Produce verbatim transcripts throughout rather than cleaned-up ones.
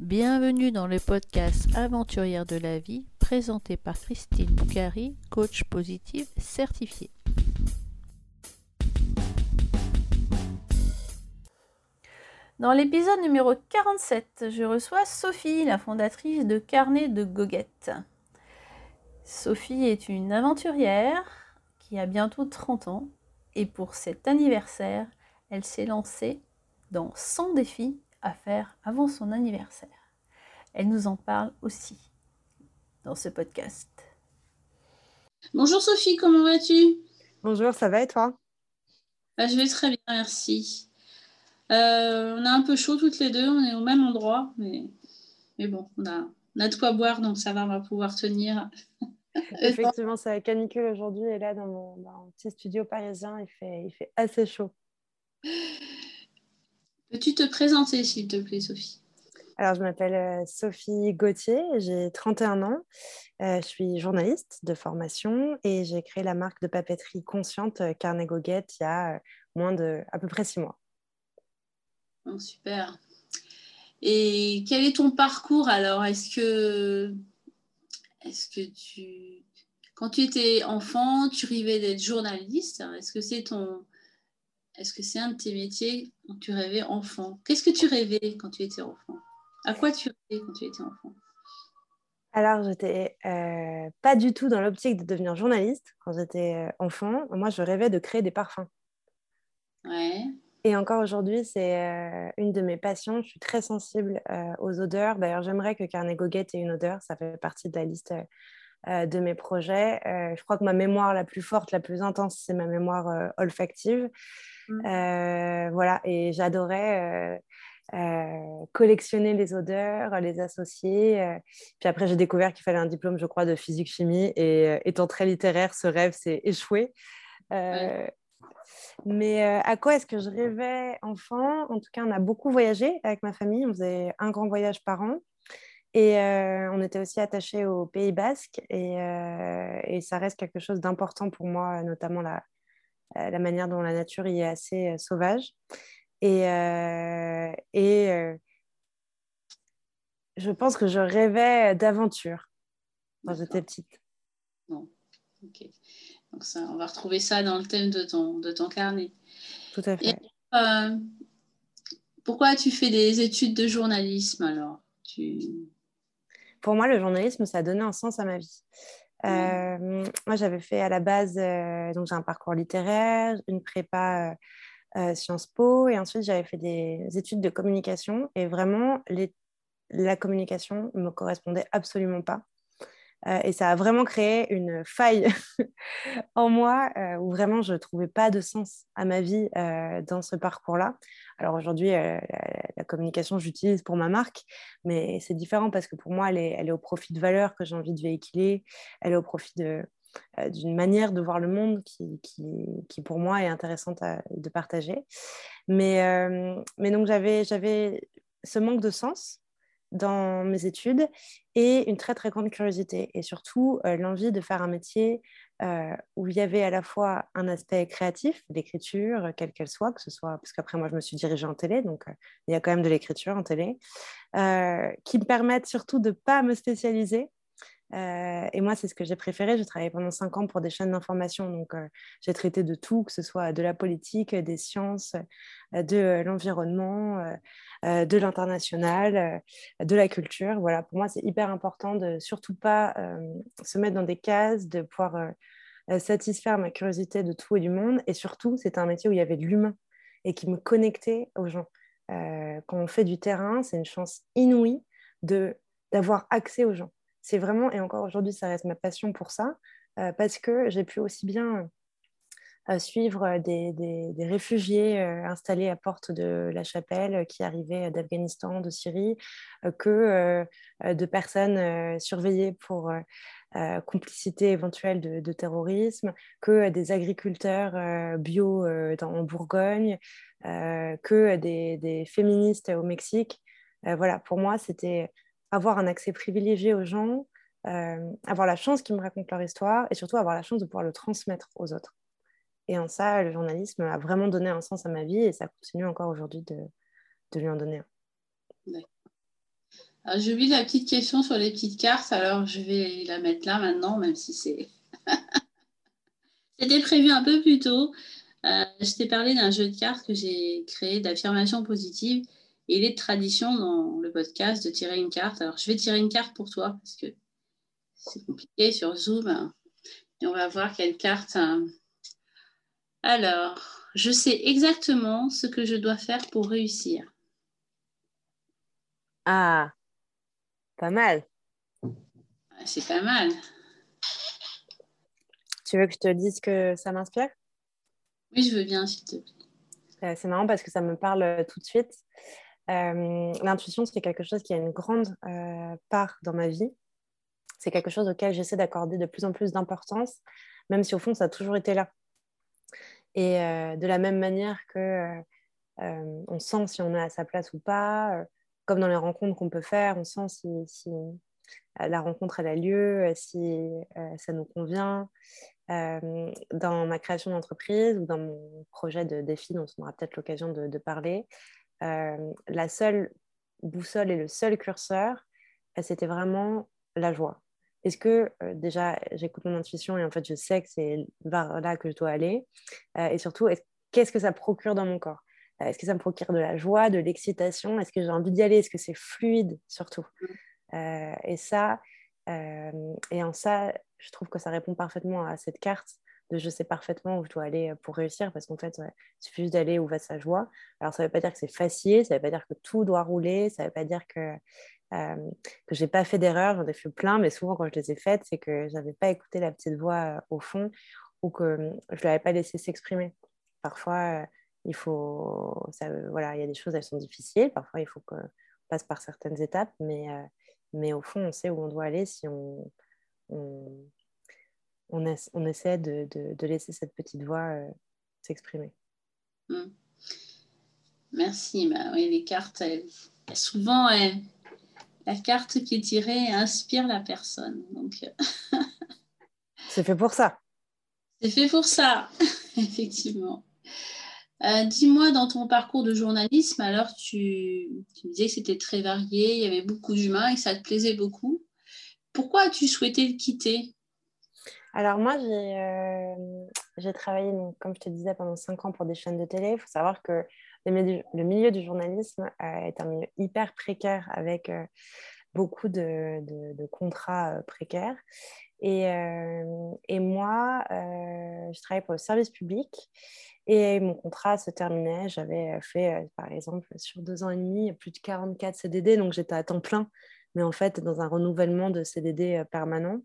Bienvenue dans le podcast Aventurière de la vie, présenté par Christine Boukhari, coach positive certifiée. Dans l'épisode numéro quarante-sept, je reçois Sophie, la fondatrice de Carnet de Goguette. Sophie est une aventurière qui a bientôt trente ans et pour cet anniversaire, elle s'est lancée dans cent défis à faire avant son anniversaire. Elle nous en parle aussi dans ce podcast. Bonjour Sophie, comment vas-tu ? Bonjour, ça va et toi ? Bah, je vais très bien, merci. Euh, on a un peu chaud toutes les deux, on est au même endroit, mais, mais bon, on a, on a de quoi boire, donc ça va, on va pouvoir tenir. Effectivement, c'est la canicule aujourd'hui et là, dans mon, dans mon petit studio parisien, il fait, il fait assez chaud. Peux-tu te présenter, s'il te plaît, Sophie ? Alors, je m'appelle euh, Sophie Gauthier, j'ai trente et un ans, euh, je suis journaliste de formation et j'ai créé la marque de papeterie consciente euh, Carnet Goguette il y a euh, moins de à peu près six mois. Oh, super. Et quel est ton parcours alors ? Est-ce que, est-ce que tu, quand tu étais enfant, tu rêvais d'être journaliste ? Est-ce que c'est ton, est-ce que c'est un de tes métiers quand tu rêvais enfant ? Qu'est-ce que tu rêvais quand tu étais enfant ? À quoi tu rêvais quand tu étais enfant ? Alors, j'étais euh, pas du tout dans l'optique de devenir journaliste quand j'étais euh, enfant. Moi, je rêvais de créer des parfums. Ouais. Et encore aujourd'hui, c'est euh, une de mes passions. Je suis très sensible euh, aux odeurs. D'ailleurs, j'aimerais que Carnet Goguette ait une odeur. Ça fait partie de la liste euh, de mes projets. Euh, je crois que ma mémoire la plus forte, la plus intense, c'est ma mémoire euh, olfactive. Mmh. Euh, voilà, et j'adorais euh, euh, collectionner les odeurs, les associer. Euh. Puis après, j'ai découvert qu'il fallait un diplôme, je crois, de physique-chimie. Et euh, étant très littéraire, ce rêve s'est échoué. Euh, Ouais. Mais euh, à quoi est-ce que je rêvais enfant ? En tout cas, on a beaucoup voyagé avec ma famille. On faisait un grand voyage par an. Et euh, on était aussi attachés au Pays Basque. Et, euh, et ça reste quelque chose d'important pour moi, notamment la, la manière dont la nature y est assez euh, sauvage. Et, euh, et euh, je pense que je rêvais d'aventure quand D'accord. j'étais petite. Bon. Ok. Donc ça, on va retrouver ça dans le thème de ton, de ton carnet. Tout à Et fait. euh, pourquoi tu fais des études de journalisme alors ? Tu... Pour moi, le journalisme, ça a donné un sens à ma vie. Ouais. Euh, moi, j'avais fait à la base, euh, donc j'ai un parcours littéraire, une prépa euh, euh, Sciences Po, et ensuite j'avais fait des études de communication. Et vraiment, les, la communication ne me correspondait absolument pas. Euh, et ça a vraiment créé une faille en moi euh, où vraiment je ne trouvais pas de sens à ma vie euh, dans ce parcours-là. Alors aujourd'hui, euh, la, la communication, j'utilise pour ma marque, mais c'est différent parce que pour moi, elle est, elle est au profit de valeurs que j'ai envie de véhiculer, elle est au profit de, euh, d'une manière de voir le monde qui, qui, qui pour moi est intéressante à, de partager. Mais, euh, mais donc j'avais, j'avais ce manque de sens dans mes études et une très très grande curiosité et surtout euh, l'envie de faire un métier euh, où il y avait à la fois un aspect créatif, l'écriture, quelle qu'elle soit, que ce soit, parce qu'après moi je me suis dirigée en télé, donc euh, il y a quand même de l'écriture en télé, euh, qui me permettent surtout de ne pas me spécialiser. Euh, et moi, c'est ce que j'ai préféré. J'ai travaillé pendant cinq ans pour des chaînes d'information. Donc, euh, j'ai traité de tout, que ce soit de la politique, des sciences, euh, de euh, l'environnement, euh, euh, de l'international, euh, de la culture. Voilà, pour moi, c'est hyper important de surtout pas euh, se mettre dans des cases, de pouvoir euh, satisfaire ma curiosité de tout et du monde. Et surtout, c'était un métier où il y avait de l'humain et qui me connectait aux gens. Euh, quand on fait du terrain, c'est une chance inouïe de, d'avoir accès aux gens. C'est vraiment, et encore aujourd'hui, ça reste ma passion pour ça, euh, parce que j'ai pu aussi bien euh, suivre des, des, des réfugiés euh, installés à Porte de la Chapelle euh, qui arrivaient d'Afghanistan, de Syrie, euh, que euh, de personnes euh, surveillées pour euh, euh, complicité éventuelle de, de terrorisme, que des agriculteurs euh, bio euh, dans, en Bourgogne, euh, que des, des féministes au Mexique. Euh, voilà, pour moi, c'était avoir un accès privilégié aux gens, euh, avoir la chance qu'ils me racontent leur histoire et surtout avoir la chance de pouvoir le transmettre aux autres. Et en ça, le journalisme a vraiment donné un sens à ma vie et ça continue encore aujourd'hui de, de lui en donner un. D'accord. Alors, j'ai oublié la petite question sur les petites cartes, alors je vais la mettre là maintenant, même si c'est... C'était prévu un peu plus tôt. Euh, je t'ai parlé d'un jeu de cartes que j'ai créé d'affirmation positive. Et il est de tradition dans le podcast de tirer une carte. Alors, je vais tirer une carte pour toi parce que c'est compliqué sur Zoom, hein. Et on va voir quelle carte. hein. Alors, je sais exactement ce que je dois faire pour réussir. Ah, pas mal. Ah, c'est pas mal. Tu veux que je te dise que ça m'inspire? Oui, je veux bien, s'il te plaît. Euh, c'est marrant parce que ça me parle euh, tout de suite. Euh, l'intuition, c'est quelque chose qui a une grande euh, part dans ma vie. C'est quelque chose auquel j'essaie d'accorder de plus en plus d'importance, même si au fond, ça a toujours été là. Et euh, de la même manière que euh, euh, on sent si on est à sa place ou pas, euh, comme dans les rencontres qu'on peut faire, on sent si, si euh, la rencontre elle a lieu, euh, si euh, ça nous convient. Euh, dans ma création d'entreprise ou dans mon projet de défi dont on aura peut-être l'occasion de, de parler, euh, la seule boussole et le seul curseur, euh, c'était vraiment la joie. Est-ce que euh, déjà j'écoute mon intuition et en fait je sais que c'est vers là que je dois aller, euh, et surtout est-ce- qu'est-ce que ça procure dans mon corps? Euh, Est-ce que ça me procure de la joie, de l'excitation? Est-ce que j'ai envie d'y aller? Est-ce que c'est fluide surtout? Euh, et ça, euh, et en ça, je trouve que ça répond parfaitement à cette carte de je sais parfaitement où je dois aller pour réussir, parce qu'en fait, ouais, il suffit juste d'aller où va sa joie. Alors, ça ne veut pas dire que c'est facile, ça ne veut pas dire que tout doit rouler, ça ne veut pas dire que, euh, que je n'ai pas fait d'erreurs, j'en ai fait plein, mais souvent, quand je les ai faites, c'est que je n'avais pas écouté la petite voix euh, au fond ou que euh, je ne l'avais pas laissé s'exprimer. Parfois, euh, il faut, ça, euh, voilà, il y a des choses, elles sont difficiles, parfois, il faut qu'on passe par certaines étapes, mais euh, mais au fond, on sait où on doit aller si on, on, on, es- on essaie de, de- de laisser cette petite voix euh, s'exprimer. Hmm. Merci. Bah, oui, les cartes, elles- souvent, elles- la carte qui est tirée inspire la personne. Donc, euh, C'est fait pour ça. c'est fait pour ça, effectivement. Euh, dis-moi, dans ton parcours de journalisme, alors tu, tu disais que c'était très varié, il y avait beaucoup d'humains et que ça te plaisait beaucoup. Pourquoi as-tu souhaité le quitter? Alors moi, j'ai euh, j'ai travaillé, donc, comme je te disais, pendant cinq ans pour des chaînes de télé. Il faut savoir que le milieu, le milieu du journalisme euh, est un milieu hyper précaire avec euh, beaucoup de, de- de contrats euh, précaires. Et, euh, et moi, euh, je travaillais pour le service public et mon contrat se terminait. J'avais fait, euh, par exemple, sur deux ans et demi, plus de quarante-quatre C D D, donc j'étais à temps plein, mais en fait, dans un renouvellement de C D D euh, permanent.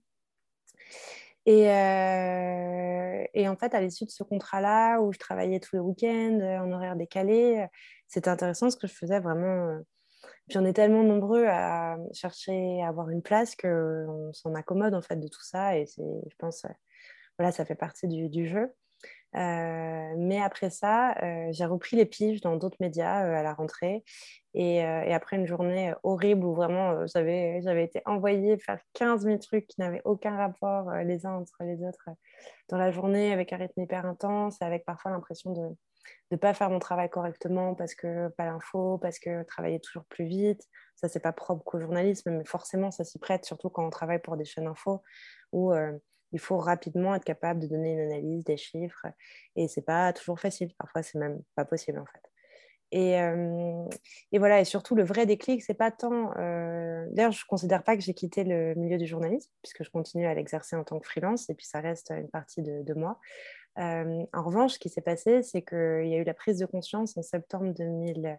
Et, euh, et en fait, à l'issue de ce contrat-là, où je travaillais tous les week-ends, euh, en horaire décalé, euh, c'était intéressant ce que je faisais vraiment. euh. Puis on est tellement nombreux à chercher à avoir une place qu'on s'en accommode en fait de tout ça. Et c'est, je pense, euh, voilà, ça fait partie du, du jeu. Euh, mais après ça, euh, j'ai repris les piges dans d'autres médias euh, à la rentrée. Et, euh, et après une journée horrible où vraiment euh, j'avais, j'avais été envoyée faire quinze mille trucs qui n'avaient aucun rapport euh, les uns entre les autres euh, dans la journée, avec un rythme hyper intense, avec parfois l'impression de ne pas faire mon travail correctement parce que pas l'info, parce que travailler toujours plus vite. Ça, c'est pas propre qu'au journalisme, mais forcément, ça s'y prête, surtout quand on travaille pour des chaînes info où euh, il faut rapidement être capable de donner une analyse, des chiffres. Et c'est pas toujours facile. Parfois, c'est même pas possible, en fait. Et, euh, et voilà, et surtout, le vrai déclic, c'est pas tant. euh, D'ailleurs, je ne considère pas que j'ai quitté le milieu du journalisme, puisque je continue à l'exercer en tant que freelance, et puis ça reste une partie de, de moi. Euh, en revanche, ce qui s'est passé, c'est qu'il y a eu la prise de conscience en septembre deux mille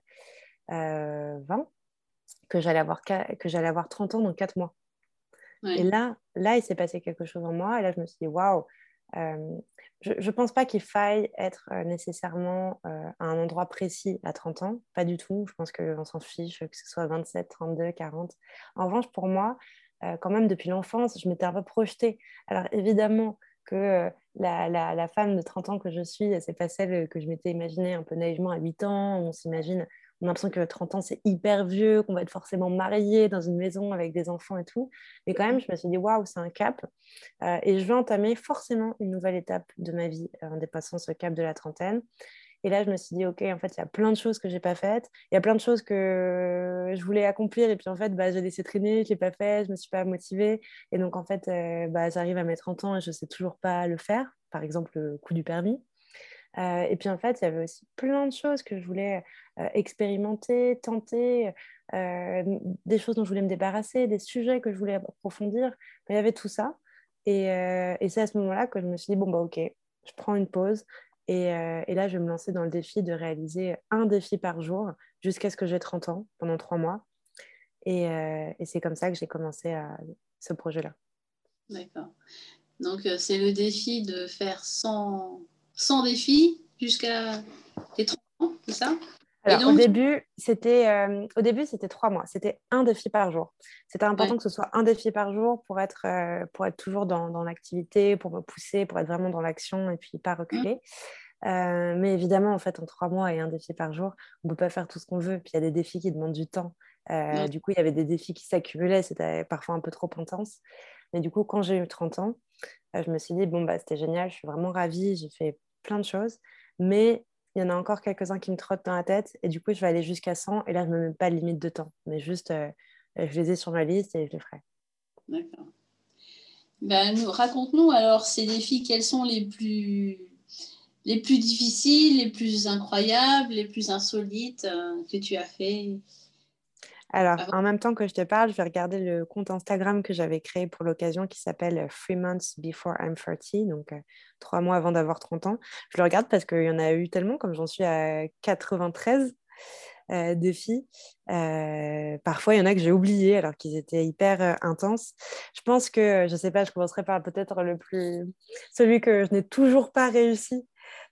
vingt que j'allais avoir, que j'allais avoir trente ans dans quatre mois. Et Ouais. là, là, il s'est passé quelque chose en moi. Et là, je me suis dit, waouh, euh, je ne pense pas qu'il faille être euh, nécessairement euh, à un endroit précis à trente ans. Pas du tout. Je pense qu'on s'en fiche, que ce soit vingt-sept, trente-deux, quarante. En revanche, pour moi, euh, quand même, depuis l'enfance, je m'étais un peu projetée. Alors, évidemment que euh, la, la, la femme de trente ans que je suis, c'est pas celle que je m'étais imaginée un peu naïvement à huit ans. On s'imagine, on a l'impression que trente ans, c'est hyper vieux, qu'on va être forcément marié dans une maison avec des enfants et tout. Mais quand même, je me suis dit, waouh, c'est un cap. Euh, et je vais entamer forcément une nouvelle étape de ma vie euh, en dépassant ce cap de la trentaine. Et là, je me suis dit, OK, en fait, il y a plein de choses que je n'ai pas faites. Il y a plein de choses que je voulais accomplir. Et puis, en fait, bah, j'ai laissé traîner, je ne l'ai pas fait, je ne me suis pas motivée. Et donc, en fait, euh, bah, j'arrive à mes trente ans et je ne sais toujours pas le faire. Par exemple, le coup du permis. Euh, et puis, en fait, il y avait aussi plein de choses que je voulais euh, expérimenter, tenter, euh, des choses dont je voulais me débarrasser, des sujets que je voulais approfondir. Il y avait tout ça. Et, euh, et c'est à ce moment-là que je me suis dit, bon, bah, OK, je prends une pause. Et, euh, et là, je vais me lancer dans le défi de réaliser un défi par jour jusqu'à ce que j'ai trente ans, pendant trois mois. Et, euh, et c'est comme ça que j'ai commencé à, ce projet-là. D'accord. Donc, euh, c'est le défi de faire cent, cent défis jusqu'à tes trente ans, c'est ça? Et Alors, au donc, début, c'était euh, au début, c'était trois mois. C'était un défi par jour. C'était important ouais. que ce soit un défi par jour pour être, euh, pour être toujours dans, dans l'activité, pour me pousser, pour être vraiment dans l'action et puis pas Hum, reculer. Euh, mais évidemment, en fait, en trois mois et un défi par jour, on ne peut pas faire tout ce qu'on veut. Puis il y a des défis qui demandent du temps. Euh, donc, du coup, il y avait des défis qui s'accumulaient. C'était parfois un peu trop intense. Mais du coup, quand j'ai eu trente ans, euh, je me suis dit, bon, bah, c'était génial, je suis vraiment ravie, j'ai fait plein de choses. Mais il y en a encore quelques-uns qui me trottent dans la tête. Et du coup, je vais aller jusqu'à cent. Et là, je ne me mets pas de limite de temps. Mais juste, euh, je les ai sur ma liste et je les ferai. d'accord. Ben, nous, raconte-nous alors ces défis, quels sont les plus, les plus difficiles, les plus incroyables, les plus insolites euh, que tu as fait Alors, avant? en même temps que je te parle, je vais regarder le compte Instagram que j'avais créé pour l'occasion qui s'appelle Three Months Before I'm thirty, donc euh, trois mois avant d'avoir trente ans. Je le regarde parce qu'il y en a eu tellement, comme j'en suis à quatre-vingt-treize euh, défis. Euh, parfois, il y en a que j'ai oubliés alors qu'ils étaient hyper euh, intenses. Je pense que, je ne sais pas, je commencerai par peut-être le plus... celui que je n'ai toujours pas réussi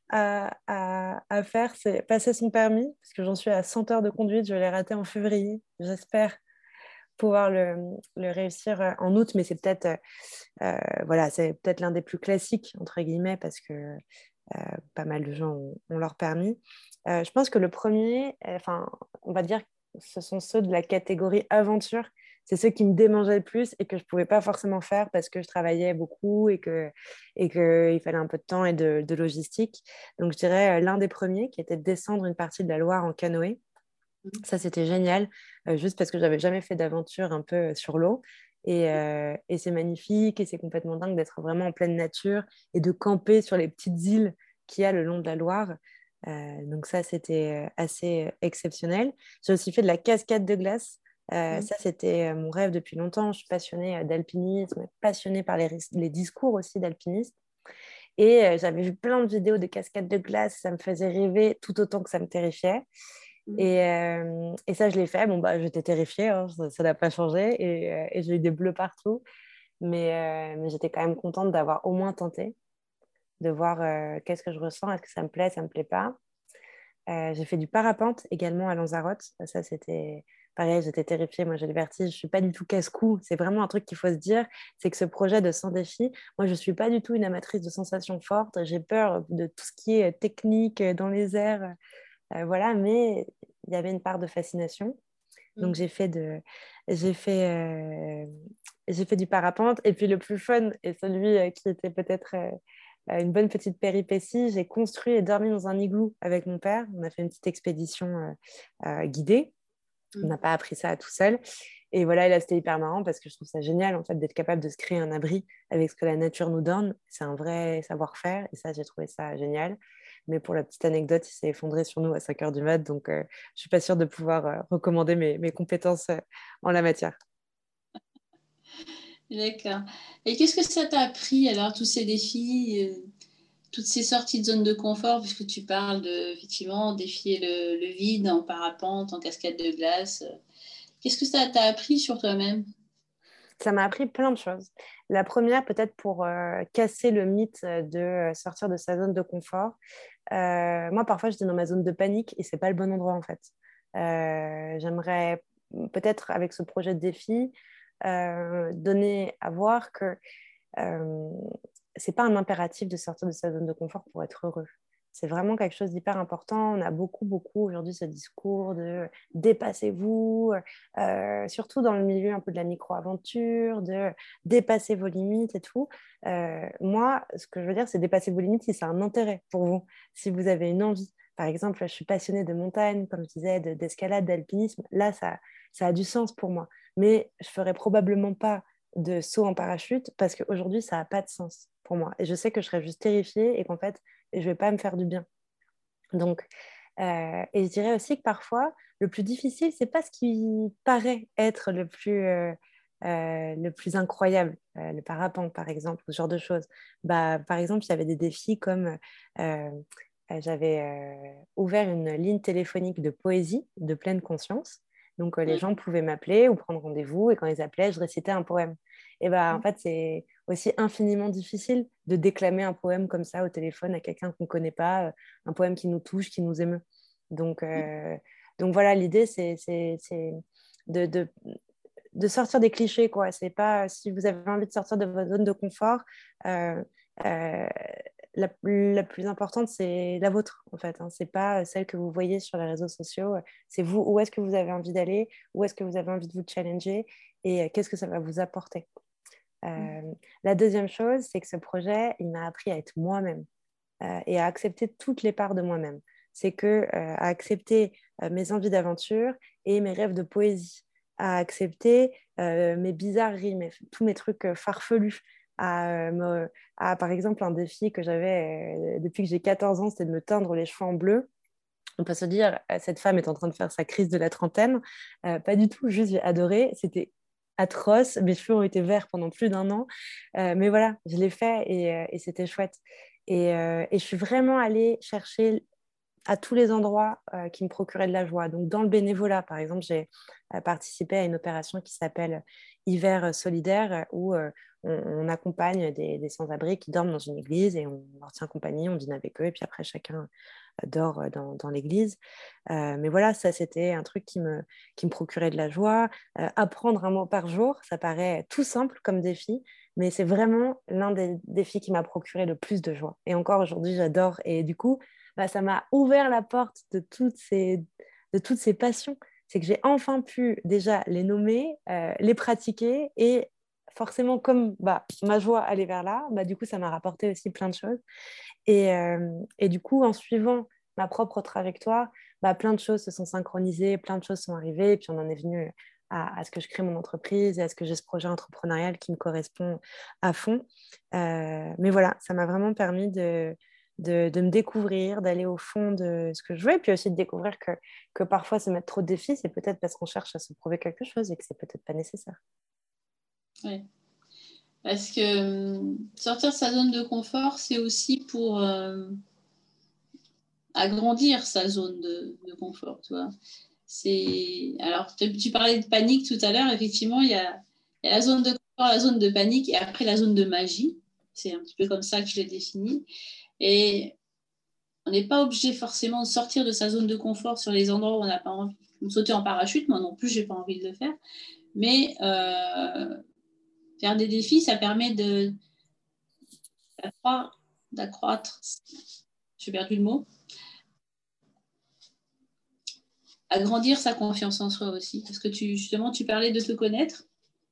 à, à, à faire, c'est passer son permis, parce que j'en suis à cent heures de conduite, je l'ai raté en février. J'espère pouvoir le, le réussir euh, en août, mais c'est peut-être euh, euh, voilà, c'est peut-être l'un des plus classiques, entre guillemets, parce que euh, pas mal de gens ont, ont leur permis. Euh, je pense que le premier, enfin, on va dire, ce sont ceux de la catégorie aventure. C'est ceux qui me démangeaient le plus et que je ne pouvais pas forcément faire parce que je travaillais beaucoup et qu'il et que il fallait un peu de temps et de, de logistique. Donc, je dirais euh, l'un des premiers qui était de descendre une partie de la Loire en canoë. Ça, c'était génial, euh, juste parce que j'avais jamais fait d'aventure un peu euh, sur l'eau. Et, euh, et c'est magnifique et c'est complètement dingue d'être vraiment en pleine nature et de camper sur les petites îles qu'il y a le long de la Loire. Euh, donc ça, c'était euh, assez euh, exceptionnel. J'ai aussi fait de la cascade de glace. Euh, Hum, ça, c'était euh, mon rêve depuis longtemps. Je suis passionnée euh, d'alpinisme, passionnée par les, ris- les discours aussi d'alpinisme. Et euh, j'avais vu plein de vidéos de cascades de glace. Ça me faisait rêver tout autant que ça me terrifiait. hum. Et, euh, et ça, je l'ai fait. Bon, bah, j'étais terrifiée, hein, ça ça n'a pas changé. Et, euh, et j'ai eu des bleus partout. Mais, euh, mais j'étais quand même contente d'avoir au moins tenté, de voir euh, qu'est-ce que je ressens, est-ce que ça me plaît, ça ne me plaît pas. Euh, j'ai fait du parapente également à Lanzarote. Ça, c'était pareil, j'étais terrifiée. Moi, j'ai le vertige. Je ne suis pas du tout casse-cou. C'est vraiment un truc qu'il faut se dire. C'est que ce projet de cent défis, moi, je ne suis pas du tout une amatrice de sensations fortes. J'ai peur de tout ce qui est technique euh, dans les airs. Euh, voilà, mais il y avait une part de fascination. Donc Hum. j'ai fait de, j'ai fait, euh, j'ai fait du parapente. Et puis le plus fun et celui euh, qui était peut-être euh, euh, une bonne petite péripétie, j'ai construit et dormi dans un igloo avec mon père. On a fait une petite expédition euh, euh, guidée. On n'a Hum. pas appris ça tout seul. Et voilà, et là, c'était hyper marrant parce que je trouve ça génial en fait d'être capable de se créer un abri avec ce que la nature nous donne. C'est un vrai savoir-faire et ça, j'ai trouvé ça génial. Mais pour la petite anecdote, il s'est effondré sur nous à cinq heures du mat, donc euh, je suis pas sûre de pouvoir euh, recommander mes, mes compétences euh, en la matière. D'accord. Et qu'est-ce que ça t'a appris alors, tous ces défis, euh, toutes ces sorties de zone de confort, puisque tu parles de, effectivement, défier le, le vide en parapente, en cascade de glace. euh, Qu'est-ce que ça t'a appris sur toi-même? Ça m'a appris plein de choses. La première, peut-être pour euh, casser le mythe de euh, sortir de sa zone de confort. Euh, moi, parfois, j'étais dans ma zone de panique et c'est pas le bon endroit en fait. Euh, j'aimerais peut-être avec ce projet de défi euh, donner à voir que euh, c'est pas un impératif de sortir de sa zone de confort pour être heureux. C'est vraiment quelque chose d'hyper important. On a beaucoup, beaucoup aujourd'hui ce discours de dépassez-vous, euh, surtout dans le milieu un peu de la micro-aventure, de dépasser vos limites et tout. Euh, moi, ce que je veux dire, c'est dépasser vos limites si c'est un intérêt pour vous, si vous avez une envie. par exemple, je suis passionnée de montagne, comme je disais, de, d'escalade, d'alpinisme. Là, ça, ça a du sens pour moi. Mais je ne ferai probablement pas de saut en parachute parce qu'aujourd'hui, ça n'a pas de sens pour moi. Et je sais que je serais juste terrifiée et qu'en fait, je ne vais pas me faire du bien. Donc, euh, et je dirais aussi que parfois, le plus difficile, c'est pas ce qui paraît être le plus, euh, euh, le plus incroyable, euh, le parapente par exemple, ce genre de choses. Bah, par exemple, il y avait des défis comme euh, euh, j'avais euh, ouvert une ligne téléphonique de poésie de pleine conscience. Donc, euh, les gens pouvaient m'appeler ou prendre rendez-vous et quand ils appelaient, je récitais un poème. Et bah, en fait, c'est aussi infiniment difficile de déclamer un poème comme ça au téléphone à quelqu'un qu'on ne connaît pas, euh, un poème qui nous touche, qui nous émeut. Donc, euh, donc voilà, l'idée, c'est, c'est, c'est de, de, de sortir des clichés, quoi. C'est pas, si vous avez envie de sortir de votre zone de confort, euh, euh, la, la, plus importante, c'est la vôtre, en fait. Hein. C'est pas celle que vous voyez sur les réseaux sociaux. C'est vous, où est-ce que vous avez envie d'aller, où est-ce que vous avez envie de vous challenger et euh, qu'est-ce que ça va vous apporter. Euh, la deuxième chose, c'est que ce projet, il m'a appris à être moi-même euh, et à accepter toutes les parts de moi-même. C'est que euh, à accepter euh, mes envies d'aventure et mes rêves de poésie, à accepter euh, mes bizarreries, mes, tous mes trucs euh, farfelus, à, euh, me, à, par exemple, un défi que j'avais euh, depuis que j'ai quatorze ans, c'était de me teindre les cheveux en bleu. On peut se dire, cette femme est en train de faire sa crise de la trentaine. Euh, pas du tout, juste j'ai adoré. C'était atroce. Mes cheveux ont été verts pendant plus d'un an. Euh, mais voilà, je l'ai fait et, euh, et c'était chouette. Et, euh, et je suis vraiment allée chercher à tous les endroits euh, qui me procuraient de la joie. Donc, dans le bénévolat, par exemple, j'ai euh, participé à une opération qui s'appelle Hiver solidaire, où euh, on, on accompagne des, des sans-abri qui dorment dans une église et on leur tient compagnie, on dîne avec eux, et puis après, chacun dort dans, dans l'église. Euh, mais voilà, ça, c'était un truc qui me, qui me procurait de la joie. Euh, apprendre un mot par jour, ça paraît tout simple comme défi, mais c'est vraiment l'un des défis qui m'a procuré le plus de joie. Et encore aujourd'hui, j'adore. Et du coup, bah, ça m'a ouvert la porte de toutes ces, de toutes ces passions. C'est que j'ai enfin pu déjà les nommer, euh, les pratiquer et forcément, comme bah, ma joie allait vers là, bah, du coup, ça m'a rapporté aussi plein de choses. Et, euh, et du coup, en suivant ma propre trajectoire, bah, plein de choses se sont synchronisées, plein de choses sont arrivées, et puis on en est venu à, à ce que je crée mon entreprise et à ce que j'ai ce projet entrepreneurial qui me correspond à fond. Euh, mais voilà, ça m'a vraiment permis de, de, de me découvrir, d'aller au fond de ce que je veux, et puis aussi de découvrir que, que parfois se mettre trop de défis, c'est peut-être parce qu'on cherche à se prouver quelque chose et que c'est peut-être pas nécessaire. Oui. Parce que euh, sortir de sa zone de confort, c'est aussi pour euh, agrandir sa zone de, de confort, tu vois. C'est... Alors, tu, tu parlais de panique tout à l'heure, effectivement, il y a, il y a la zone de confort, la zone de panique, et après la zone de magie. C'est un petit peu comme ça que je l'ai définie. Et on n'est pas obligé forcément de sortir de sa zone de confort sur les endroits où on n'a pas envie. Comme sauter en parachute, moi non plus, je n'ai pas envie de le faire. Mais euh, faire des défis, ça permet de, d'accroître, d'accroître, j'ai perdu le mot, agrandir sa confiance en soi aussi. Parce que tu, justement, tu parlais de te connaître.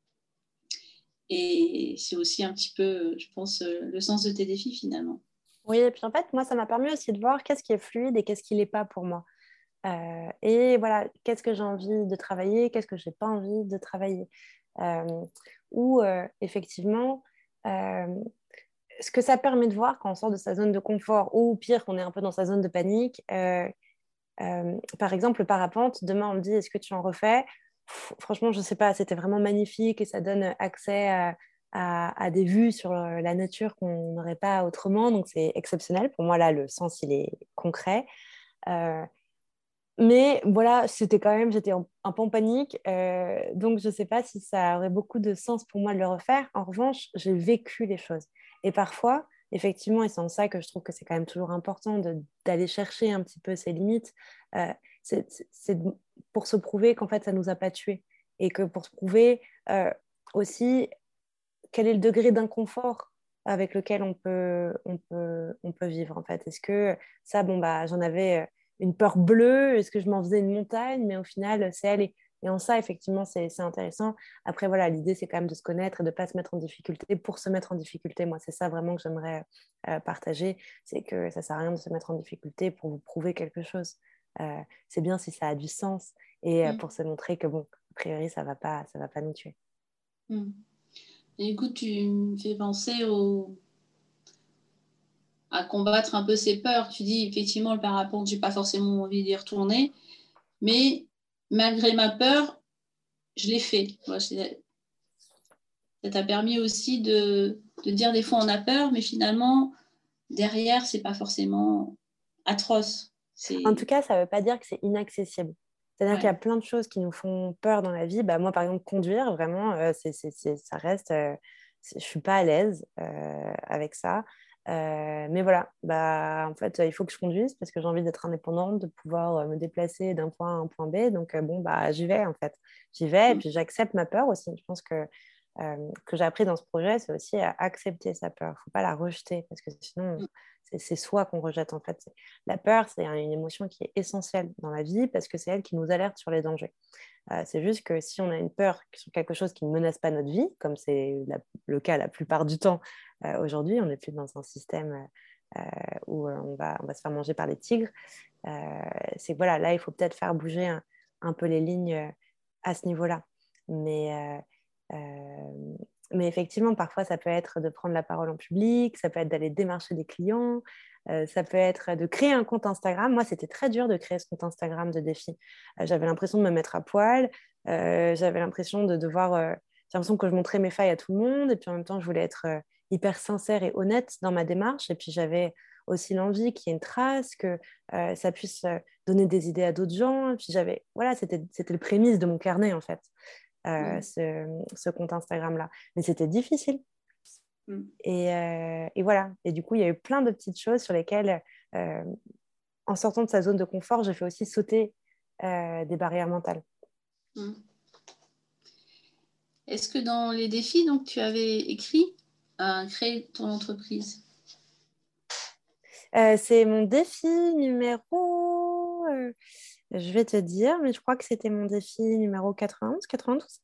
Et c'est aussi un petit peu, je pense, le sens de tes défis finalement. Oui, et puis en fait, moi, ça m'a permis aussi de voir qu'est-ce qui est fluide et qu'est-ce qui n'est pas pour moi. Euh, et voilà, qu'est-ce que j'ai envie de travailler, qu'est-ce que je n'ai pas envie de travailler. Euh, ou euh, effectivement, euh, ce que ça permet de voir quand on sort de sa zone de confort, ou pire, qu'on est un peu dans sa zone de panique. Euh, euh, par exemple, le parapente, demain on me dit, est-ce que tu en refais? Pff, franchement, je ne sais pas, c'était vraiment magnifique et ça donne accès à, à, à des vues sur la nature qu'on n'aurait pas autrement, donc c'est exceptionnel. Pour moi, là, le sens, il est concret. Euh, mais voilà, c'était quand même, j'étais en- un peu en panique, euh, donc je ne sais pas si ça aurait beaucoup de sens pour moi de le refaire. En revanche, j'ai vécu les choses. Et parfois, effectivement, et c'est en ça que je trouve que c'est quand même toujours important de- d'aller chercher un petit peu ses limites, euh, c'est c'est- c'est pour se prouver qu'en fait, ça ne nous a pas tués. Et que pour se prouver euh, aussi quel est le degré d'inconfort avec lequel on peut, on peut, on peut vivre, en fait. Est-ce que ça, bon, bah, j'en avais une peur bleue, est-ce que je m'en faisais une montagne, mais au final, c'est allé. Et en ça, effectivement, c'est, c'est intéressant. Après, voilà, l'idée, c'est quand même de se connaître et de ne pas se mettre en difficulté pour se mettre en difficulté. Moi, c'est ça vraiment que j'aimerais euh, partager. C'est que ça ne sert à rien de se mettre en difficulté pour vous prouver quelque chose. Euh, c'est bien si ça a du sens et euh, Mm. pour se montrer que, bon, a priori, ça ne va pas, ça va pas nous tuer. Mm. Et du coup, tu me fais penser au... à combattre un peu ses peurs. Tu dis, effectivement, le parapente, j'ai pas forcément envie d'y retourner, mais malgré ma peur, je l'ai fait. Moi, c'est- ça t'a permis aussi de, de dire des fois on a peur, mais finalement, derrière, c'est pas forcément atroce. En C'est... tout cas, ça ne veut pas dire que c'est inaccessible. C'est-à-dire qu'il y Ouais. a plein de choses qui nous font peur dans la vie. Bah, moi, par exemple, conduire, vraiment, euh, c'est, c'est, c'est- ça reste... euh, c'est- je ne suis pas à l'aise euh, avec ça. Euh, mais voilà, bah, en fait, euh, il faut que je conduise parce que j'ai envie d'être indépendante, de pouvoir euh, me déplacer d'un point A à un point B. Donc, euh, bon, bah, j'y vais, en fait. J'y vais et puis j'accepte ma peur aussi. Je pense que euh, que j'ai appris dans ce projet, c'est aussi à accepter sa peur. Il ne faut pas la rejeter parce que sinon, c'est, c'est soi qu'on rejette, en fait. C'est- La peur, c'est une émotion qui est essentielle dans la vie parce que c'est elle qui nous alerte sur les dangers. Euh, c'est juste que si on a une peur sur quelque chose qui ne menace pas notre vie, comme c'est la- le cas la plupart du temps euh, aujourd'hui, on n'est plus dans un système euh, où euh, on va, on va se faire manger par les tigres. Euh, c'est voilà, là, il faut peut-être faire bouger un, un peu les lignes euh, à ce niveau-là. Mais, euh, euh, mais effectivement, parfois, ça peut être de prendre la parole en public, ça peut être d'aller démarcher des clients, euh, ça peut être de créer un compte Instagram. Moi, c'était très dur de créer ce compte Instagram de défi. Euh, j'avais l'impression de me mettre à poil, euh, j'avais l'impression de devoir... euh, j'ai l'impression que je montrais mes failles à tout le monde, et puis en même temps, je voulais être euh, hyper sincère et honnête dans ma démarche, et puis j'avais aussi l'envie qu'il y ait une trace, que euh, ça puisse euh, donner des idées à d'autres gens. Et puis j'avais, voilà, c'était, c'était le prémisse de mon carnet, en fait, euh, Mm. ce, ce compte Instagram-là. Mais c'était difficile. Mm. Et, euh, et voilà. Et du coup, il y a eu plein de petites choses sur lesquelles, euh, en sortant de sa zone de confort, j'ai fait aussi sauter euh, des barrières mentales. Mm. Est-ce que dans les défis, donc, tu avais écrit à créer ton entreprise? Euh, c'est mon défi numéro, euh, je vais te dire, mais je crois que c'était mon défi numéro quatre-vingt-onze, quatre-vingt-douze.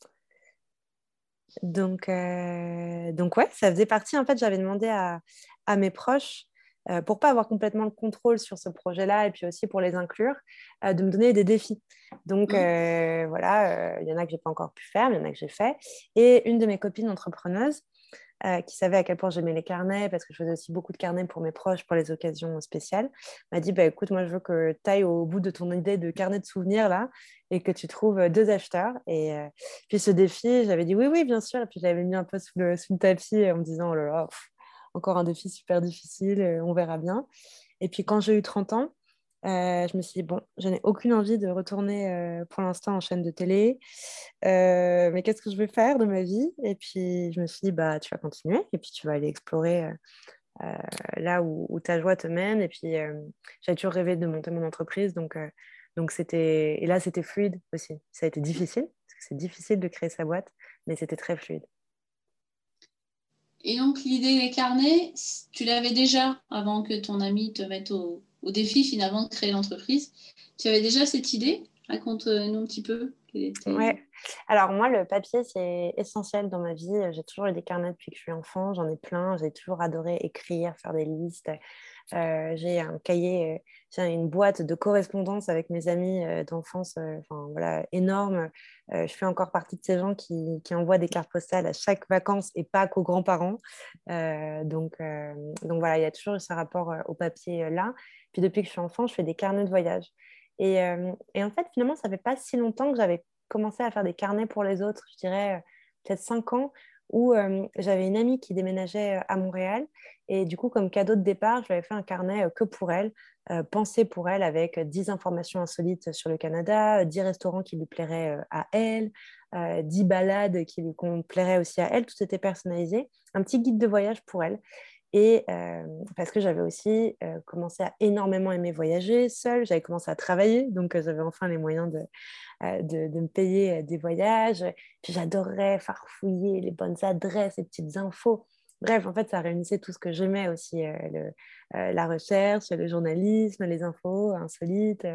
Donc, euh, donc ouais, ça faisait partie. En fait, j'avais demandé à, à mes proches, euh, pour pas avoir complètement le contrôle sur ce projet-là et puis aussi pour les inclure, euh, de me donner des défis. Donc Mm. euh, voilà, euh, il y en a que j'ai pas encore pu faire, mais il y en a que j'ai fait. Et une de mes copines entrepreneuses euh, qui savait à quel point j'aimais les carnets, parce que je faisais aussi beaucoup de carnets pour mes proches, pour les occasions spéciales, m'a dit, bah, écoute, moi, je veux que tu ailles au bout de ton idée de carnet de souvenirs, là, et que tu trouves deux acheteurs. Et euh, puis ce défi, j'avais dit, oui, oui, bien sûr. Et puis, je l'avais mis un peu sous le, sous le tapis en me disant, oh là là, pff, encore un défi super difficile, euh, on verra bien. Et puis, quand j'ai eu trente ans, euh, je me suis dit, bon, je n'ai aucune envie de retourner euh, pour l'instant en chaîne de télé. Euh, mais qu'est-ce que je vais faire de ma vie? Et puis, je me suis dit, bah, tu vas continuer et puis tu vas aller explorer euh, euh, là où, où ta joie te mène. Et puis, euh, j'avais toujours rêvé de monter mon entreprise. Donc, euh, donc c'était... Et là, c'était fluide aussi. Ça a été difficile, parce que c'est difficile de créer sa boîte, mais c'était très fluide. Et donc, l'idée des carnets, tu l'avais déjà avant que ton ami te mette au, au défi finalement de créer l'entreprise. Tu avais déjà cette idée? Raconte-nous un petit peu. Quelle était... Ouais. Alors moi, le papier, c'est essentiel dans ma vie. J'ai toujours eu des carnets depuis que je suis enfant. J'en ai plein. J'ai toujours adoré écrire, faire des listes. Euh, j'ai un cahier, euh, j'ai une boîte de correspondance avec mes amis euh, d'enfance, euh, enfin voilà, énorme. Euh, je fais encore partie de ces gens qui, qui envoient des cartes postales à chaque vacances et pas qu'aux grands-parents. Euh, donc, euh, donc voilà, il y a toujours eu ce rapport euh, au papier euh, là. Puis depuis que je suis enfant, je fais des carnets de voyage. Et, euh, et en fait, finalement, ça fait pas si longtemps que j'avais commencé à faire des carnets pour les autres, je dirais euh, peut-être cinq ans, où euh, j'avais une amie qui déménageait euh, à Montréal. Et du coup, comme cadeau de départ, je lui avais fait un carnet euh, que pour elle, euh, pensé pour elle, avec euh, dix informations insolites sur le Canada, euh, dix restaurants qui lui plairaient euh, à elle, euh, dix balades qui lui plairaient aussi à elle. Tout était personnalisé. Un petit guide de voyage pour elle. Et euh, parce que j'avais aussi euh, commencé à énormément aimer voyager seule, j'avais commencé à travailler, donc euh, j'avais enfin les moyens de, euh, de, de me payer euh, des voyages. Puis j'adorais farfouiller les bonnes adresses, les petites infos. Bref, en fait, ça réunissait tout ce que j'aimais aussi, euh, le, euh, la recherche, le journalisme, les infos insolites,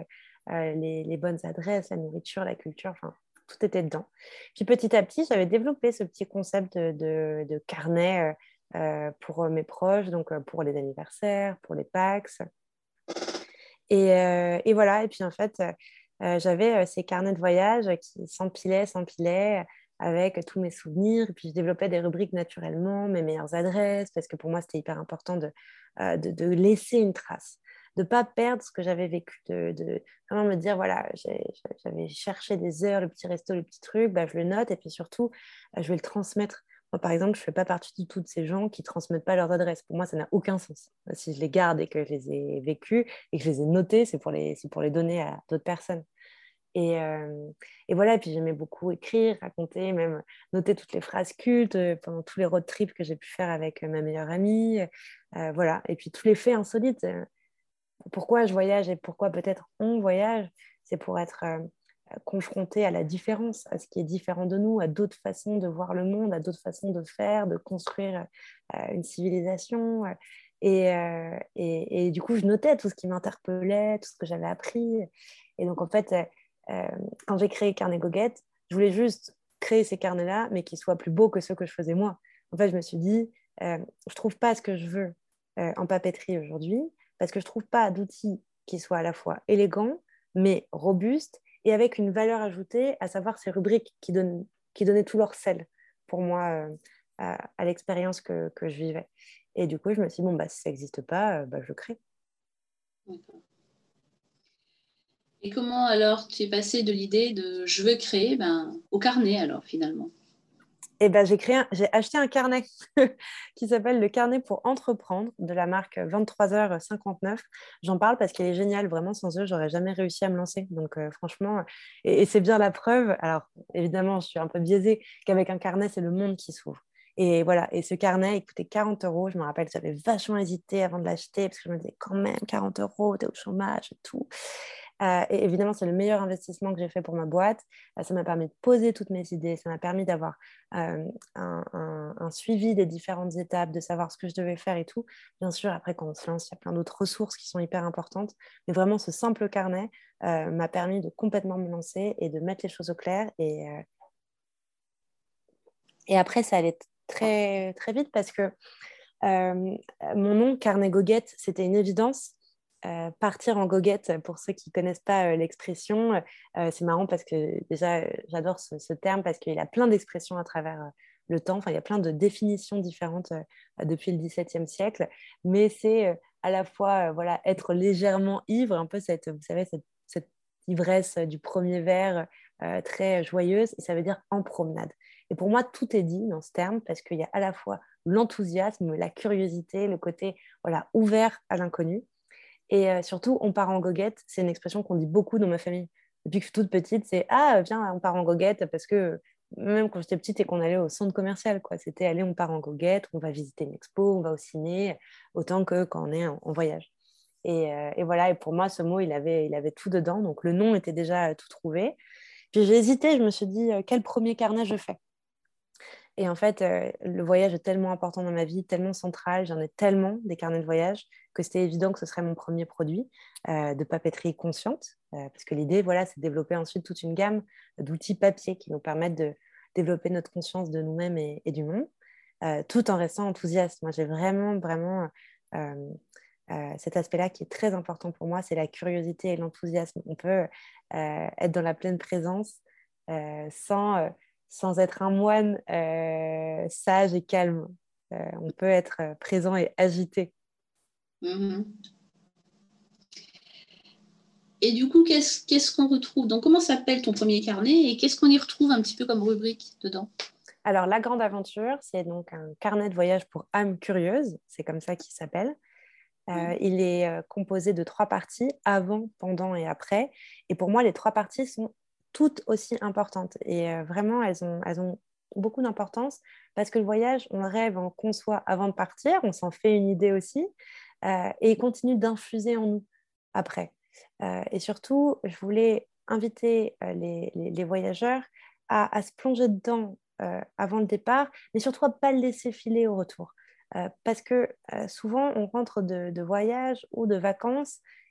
euh, les, les bonnes adresses, la nourriture, la culture, enfin, tout était dedans. Puis petit à petit, j'avais développé ce petit concept de, de, de carnet euh, euh, pour mes proches, donc euh, pour les anniversaires, pour les Pax. Et, euh, et voilà, et puis en fait, euh, j'avais euh, ces carnets de voyage qui s'empilaient, s'empilaient avec tous mes souvenirs. Et puis je développais des rubriques naturellement, mes meilleures adresses, parce que pour moi, c'était hyper important de, euh, de, de laisser une trace, de ne pas perdre ce que j'avais vécu, de, de vraiment me dire, voilà, j'ai, j'avais cherché des heures, le petit resto, le petit truc, bah, je le note, et puis surtout, euh, je vais le transmettre. Moi, par exemple, je ne fais pas partie du tout de ces gens qui ne transmettent pas leurs adresses. Pour moi, ça n'a aucun sens. Si je les garde et que je les ai vécues et que je les ai notés, c'est pour les, c'est pour les donner à d'autres personnes. Et, euh, et voilà, et puis j'aimais beaucoup écrire, raconter, même noter toutes les phrases cultes euh, pendant tous les road trips que j'ai pu faire avec euh, ma meilleure amie. Euh, voilà, et puis tous les faits insolites. Euh, pourquoi je voyage et pourquoi peut-être on voyage, c'est pour être euh, confronté à la différence, à ce qui est différent de nous, à d'autres façons de voir le monde, à d'autres façons de faire, de construire euh, une civilisation. Et, euh, et, et, du coup, je notais tout ce qui m'interpellait, tout ce que j'avais appris. Et donc, en fait, euh, quand j'ai créé Carnet Goguette, je voulais juste créer ces carnets-là, mais qui soient plus beaux que ceux que je faisais moi. En fait, je me suis dit, euh, je ne trouve pas ce que je veux euh, en papeterie aujourd'hui, parce que je ne trouve pas d'outils qui soient à la fois élégants, mais robustes, et avec une valeur ajoutée, à savoir ces rubriques qui, donnent, qui donnaient tout leur sel pour moi euh, à, à l'expérience que, que, je vivais. Et du coup, je me suis dit, bon, bah, si ça n'existe pas, euh, bah, je le crée. D'accord. Et comment alors tu es passé de l'idée de je veux créer ben, au carnet alors finalement? Et ben, j'ai, créé un, j'ai acheté un carnet qui s'appelle le carnet pour entreprendre de la marque vingt-trois heures cinquante-neuf. J'en parle parce qu'il est génial. Vraiment, sans eux, j'aurais jamais réussi à me lancer. Donc, euh, franchement, et, et c'est bien la preuve. Alors, évidemment, je suis un peu biaisée qu'avec un carnet, c'est le monde qui s'ouvre. Et voilà. Et ce carnet, il coûtait quarante euros. Je me rappelle que j'avais vachement hésité avant de l'acheter parce que je me disais, quand même, quarante euros, t'es au chômage et tout. Euh, et évidemment, c'est le meilleur investissement que j'ai fait pour ma boîte. Euh, ça m'a permis de poser toutes mes idées. Ça m'a permis d'avoir euh, un, un, un suivi des différentes étapes, de savoir ce que je devais faire et tout. Bien sûr, après, quand on se lance, il y a plein d'autres ressources qui sont hyper importantes. Mais vraiment, ce simple carnet euh, m'a permis de complètement me lancer et de mettre les choses au clair. Et, euh, et après, ça allait très, très vite parce que euh, mon nom, Carnet Goguette, c'était une évidence. Euh, partir en goguette, pour ceux qui ne connaissent pas euh, l'expression, euh, c'est marrant parce que déjà, euh, j'adore ce, ce terme parce qu'il a plein d'expressions à travers euh, le temps. Enfin, il y a plein de définitions différentes euh, depuis le dix-septième siècle, mais c'est euh, à la fois euh, voilà, être légèrement ivre, un peu cette, vous savez, cette, cette ivresse du premier verre euh, très joyeuse, et ça veut dire en promenade. Et pour moi, tout est dit dans ce terme parce qu'il y a à la fois l'enthousiasme, la curiosité, le côté voilà, ouvert à l'inconnu. Et euh, surtout, on part en goguette, c'est une expression qu'on dit beaucoup dans ma famille. Depuis que je suis toute petite, c'est ah, viens, on part en goguette, parce que même quand j'étais petite et qu'on allait au centre commercial, quoi, c'était allez, on part en goguette, on va visiter une expo, on va au ciné, autant que quand on est en, en voyage. Et, euh, et voilà, et pour moi, ce mot, il avait, il avait tout dedans, donc le nom était déjà euh, tout trouvé. Puis j'ai hésité, je me suis dit, euh, quel premier carnet je fais? Et en fait, euh, le voyage est tellement important dans ma vie, tellement central, j'en ai tellement des carnets de voyage que c'était évident que ce serait mon premier produit euh, de papeterie consciente. Euh, parce que l'idée, voilà, c'est de développer ensuite toute une gamme d'outils papier qui nous permettent de développer notre conscience de nous-mêmes et, et du monde, euh, tout en restant enthousiaste. Moi, j'ai vraiment, vraiment euh, euh, cet aspect-là qui est très important pour moi, c'est la curiosité et l'enthousiasme. On peut euh, être dans la pleine présence euh, sans... Euh, sans être un moine euh, sage et calme. Euh, on peut être présent et agité. Mmh. Et du coup, qu'est-ce, qu'est-ce qu'on retrouve? Donc, comment s'appelle ton premier carnet et qu'est-ce qu'on y retrouve un petit peu comme rubrique dedans? Alors, La Grande Aventure, c'est donc un carnet de voyage pour âmes curieuses. C'est comme ça qu'il s'appelle. Euh, il est euh, composé de trois parties, avant, pendant et après. Et pour moi, les trois parties sont toutes aussi importantes. Et euh, vraiment, elles ont, elles ont beaucoup d'importance parce que le voyage, on le rêve, on le conçoit avant de partir, on s'en fait une idée aussi, euh, et il continue d'infuser en nous après. Euh, et surtout, je voulais inviter euh, les, les, les voyageurs à, à se plonger dedans euh, avant le départ, mais surtout à ne pas le laisser filer au retour. Euh, parce que euh, souvent, on rentre de, de voyage ou de vacances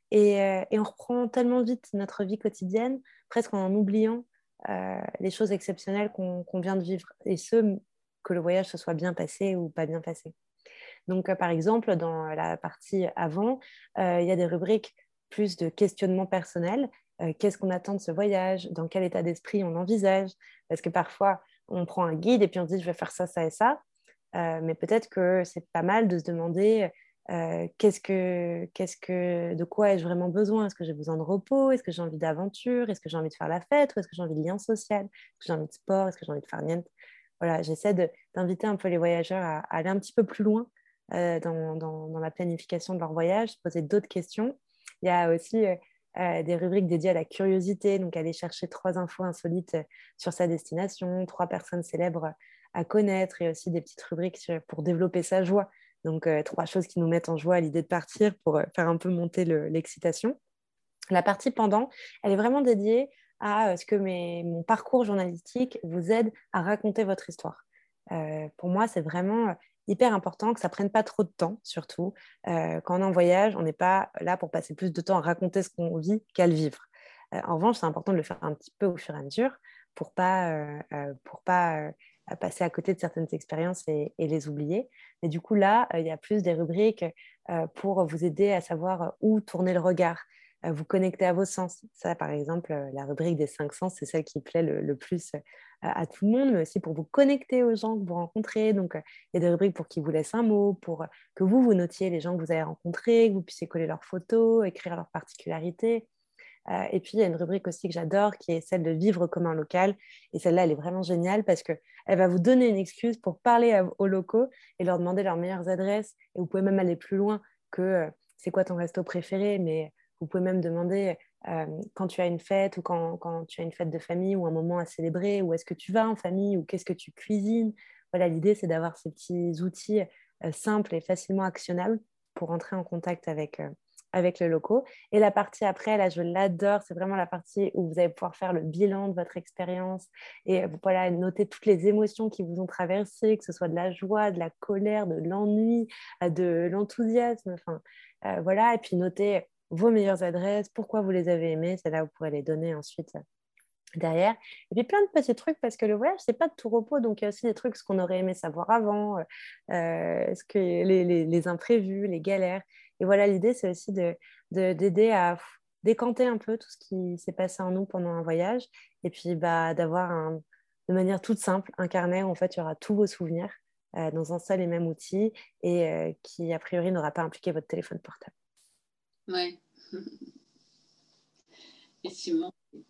Et, euh, et on reprend tellement vite notre vie quotidienne, presque en oubliant euh, les choses exceptionnelles qu'on qu'on vient de vivre, et ce, que le voyage se soit bien passé ou pas bien passé. Donc, euh, par exemple, dans la partie avant, euh, il y a des rubriques plus de questionnement personnel. Euh, qu'est-ce qu'on attend de ce voyage? Dans quel état d'esprit on envisage? Parce que parfois, on prend un guide et puis on se dit, je vais faire ça, ça et ça. Euh, mais peut-être que c'est pas mal de se demander euh, qu'est-ce que, qu'est-ce que, de quoi ai-je vraiment besoin? Est-ce que j'ai besoin de repos? Est-ce que j'ai envie d'aventure? Est-ce que j'ai envie de faire la fête? Ou est-ce que j'ai envie de lien social? Est-ce que j'ai envie de sport? Est-ce que j'ai envie de faire niente? Voilà, j'essaie de, d'inviter un peu les voyageurs à, à aller un petit peu plus loin euh, dans, dans, dans la planification de leur voyage, se poser d'autres questions. Il y a aussi euh, euh, des rubriques dédiées à la curiosité, donc aller chercher trois infos insolites euh, sur sa destination, trois personnes célèbres à connaître, et aussi des petites rubriques sur- pour développer sa joie. Donc, euh, trois choses qui nous mettent en joie à l'idée de partir pour euh, faire un peu monter le- l'excitation. La partie pendant, elle est vraiment dédiée à euh, ce que mes, mon parcours journalistique vous aide à raconter votre histoire. Euh, pour moi, c'est vraiment euh, hyper important que ça prenne pas trop de temps, surtout. Euh, quand on est en voyage, on n'est pas là pour passer plus de temps à raconter ce qu'on vit qu'à le vivre. Euh, en revanche, c'est important de le faire un petit peu au fur et à mesure pour pas, euh, euh, pour pas euh, passer à côté de certaines expériences et, et les oublier. Mais du coup, là, euh, il y a plus des rubriques euh, pour vous aider à savoir où tourner le regard, euh, vous connecter à vos sens. Ça, par exemple, euh, la rubrique des cinq sens, c'est celle qui plaît le, le plus euh, à tout le monde, mais aussi pour vous connecter aux gens que vous rencontrez. Donc, euh, il y a des rubriques pour qu'ils vous laissent un mot, pour euh, que vous, vous notiez les gens que vous avez rencontrés, que vous puissiez coller leurs photos, écrire leurs particularités. Euh, et puis, il y a une rubrique aussi que j'adore, qui est celle de vivre comme un local. Et celle-là, elle est vraiment géniale parce qu'elle va vous donner une excuse pour parler à, aux locaux et leur demander leurs meilleures adresses. Et vous pouvez même aller plus loin que euh, c'est quoi ton resto préféré, mais vous pouvez même demander euh, quand tu as une fête ou quand, quand tu as une fête de famille ou un moment à célébrer, où est-ce que tu vas en famille ou qu'est-ce que tu cuisines. Voilà, l'idée, c'est d'avoir ces petits outils euh, simples et facilement actionnables pour entrer en contact avec, euh, avec les locaux. Et la partie après, là, je l'adore. C'est vraiment la partie où vous allez pouvoir faire le bilan de votre expérience et euh, voilà, noter toutes les émotions qui vous ont traversées, que ce soit de la joie, de la colère, de l'ennui, euh, de l'enthousiasme. Enfin, euh, voilà. Et puis noter vos meilleures adresses, pourquoi vous les avez aimées. C'est là où vous pourrez les donner ensuite euh, derrière. Et puis plein de petits trucs parce que le voyage, c'est pas de tout repos. Donc il y a aussi des trucs ce qu'on aurait aimé savoir avant, euh, euh, ce que, les, les, les imprévus, les galères. Et voilà, l'idée, c'est aussi de, de, d'aider à pff, décanter un peu tout ce qui s'est passé en nous pendant un voyage. Et puis bah, d'avoir un, de manière toute simple un carnet où en fait il y aura tous vos souvenirs euh, dans un seul et même outil et euh, qui a priori n'aura pas impliqué votre téléphone portable. Ouais, effectivement.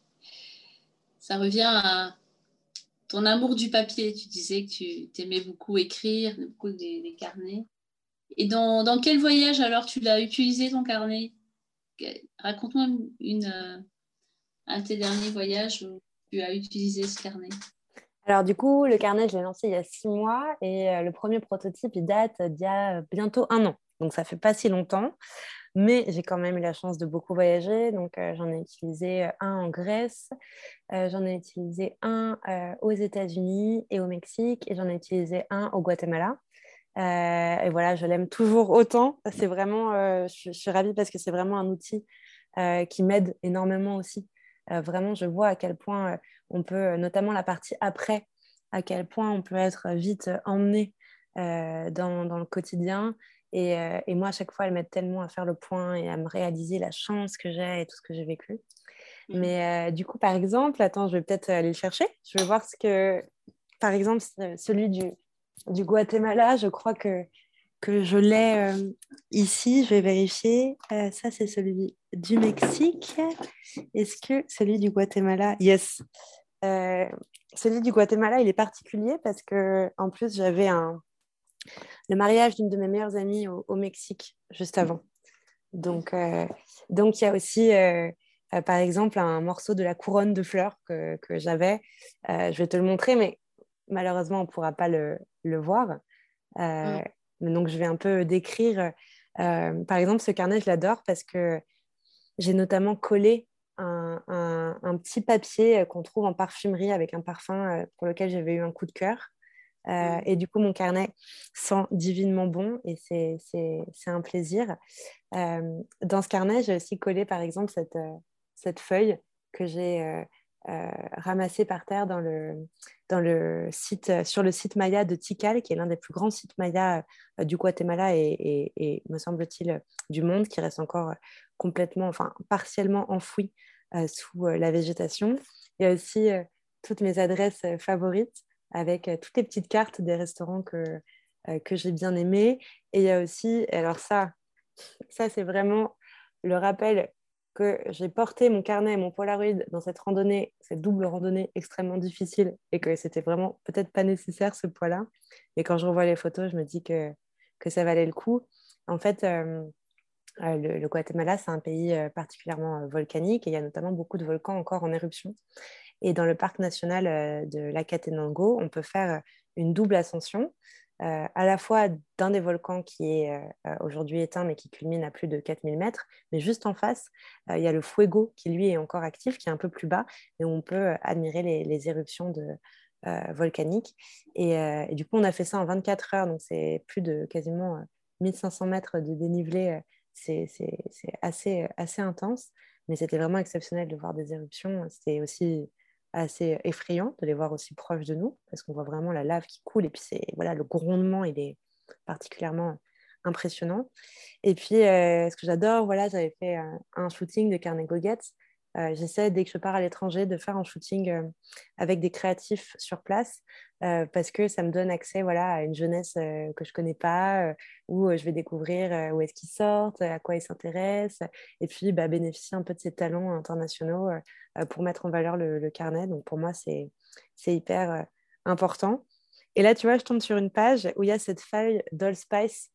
Ça revient à ton amour du papier. Tu disais que tu aimais beaucoup écrire, beaucoup des, des carnets. Et dans, dans quel voyage alors tu l'as utilisé ton carnet? Raconte-moi une, euh, un de tes derniers voyages où tu as utilisé ce carnet. Alors du coup, le carnet, je l'ai lancé il y a six mois et euh, le premier prototype, il date d'il y a bientôt un an. Donc ça fait pas si longtemps, mais j'ai quand même eu la chance de beaucoup voyager. Donc euh, j'en ai utilisé euh, un en Grèce, euh, j'en ai utilisé un euh, aux États-Unis et au Mexique, et j'en ai utilisé un au Guatemala. Euh, et voilà, je l'aime toujours autant. C'est vraiment, euh, je, je suis ravie parce que c'est vraiment un outil euh, qui m'aide énormément aussi. Euh, vraiment, je vois à quel point euh, on peut, euh, notamment la partie après, à quel point on peut être vite euh, emmené euh, dans, dans le quotidien. Et, euh, et moi, à chaque fois, elle m'aide tellement à faire le point et à me réaliser la chance que j'ai et tout ce que j'ai vécu. Mmh. Mais euh, du coup, par exemple, attends, je vais peut-être aller le chercher. Je vais voir ce que, par exemple, celui du, du Guatemala, je crois que, que je l'ai euh, ici. Je vais vérifier. Euh, ça, c'est celui du Mexique. Est-ce que celui du Guatemala? Yes. Euh, celui du Guatemala, il est particulier parce que en plus, j'avais un... le mariage d'une de mes meilleures amies au, au Mexique juste avant. Donc, euh, donc il y a aussi, euh, euh, par exemple, un morceau de la couronne de fleurs que, que j'avais. Euh, je vais te le montrer, mais malheureusement, on ne pourra pas le, le voir. Euh, Mmh. donc, je vais un peu décrire. Euh, par exemple, ce carnet, je l'adore parce que j'ai notamment collé un, un, un petit papier qu'on trouve en parfumerie avec un parfum euh, pour lequel j'avais eu un coup de cœur. Euh, et du coup, mon carnet sent divinement bon et c'est, c'est, c'est un plaisir. Euh, dans ce carnet, j'ai aussi collé, par exemple, cette, euh, cette feuille que j'ai euh, euh, ramassée par terre dans le, dans le site, euh, sur le site Maya de Tikal, qui est l'un des plus grands sites Maya euh, du Guatemala et, et, et, me semble-t-il, euh, du monde, qui reste encore euh, complètement, enfin, partiellement enfoui euh, sous euh, la végétation. Il y a aussi euh, toutes mes adresses euh, favorites avec euh, toutes les petites cartes des restaurants que, euh, que j'ai bien aimés. Et il y a aussi, alors ça, ça c'est vraiment le rappel que j'ai porté mon carnet et mon Polaroid dans cette randonnée, cette double randonnée extrêmement difficile et que c'était vraiment peut-être pas nécessaire ce poids-là. Et quand je revois les photos, je me dis que, que ça valait le coup. En fait, euh, euh, le, le Guatemala, c'est un pays euh, particulièrement euh, volcanique et il y a notamment beaucoup de volcans encore en éruption. Et dans le parc national euh, de l'Acatenango, on peut faire une double ascension, euh, à la fois d'un des volcans qui est euh, aujourd'hui éteint, mais qui culmine à plus de quatre mille mètres. Mais juste en face, euh, il y a le Fuego, qui lui est encore actif, qui est un peu plus bas, et où on peut euh, admirer les, les éruptions de, euh, volcaniques. Et, euh, et du coup, on a fait ça en vingt-quatre heures, donc c'est plus de quasiment euh, mille cinq cents mètres de dénivelé. Euh, c'est c'est, c'est assez, assez intense, mais c'était vraiment exceptionnel de voir des éruptions. C'était aussi assez effrayant de les voir aussi proches de nous parce qu'on voit vraiment la lave qui coule et puis c'est voilà, le grondement il est particulièrement impressionnant. Et puis euh, ce que j'adore, voilà, j'avais fait un, un shooting de Carnet Goguette. Euh, j'essaie dès que je pars à l'étranger de faire un shooting euh, avec des créatifs sur place euh, parce que ça me donne accès voilà, à une jeunesse euh, que je connais pas, euh, où euh, je vais découvrir euh, où est-ce qu'ils sortent, à quoi ils s'intéressent et puis bah, bénéficier un peu de ces talents internationaux euh, pour mettre en valeur le, le carnet. Donc pour moi, c'est, c'est hyper euh, important. Et là, tu vois, je tombe sur une page où il y a cette feuille d'Allspice.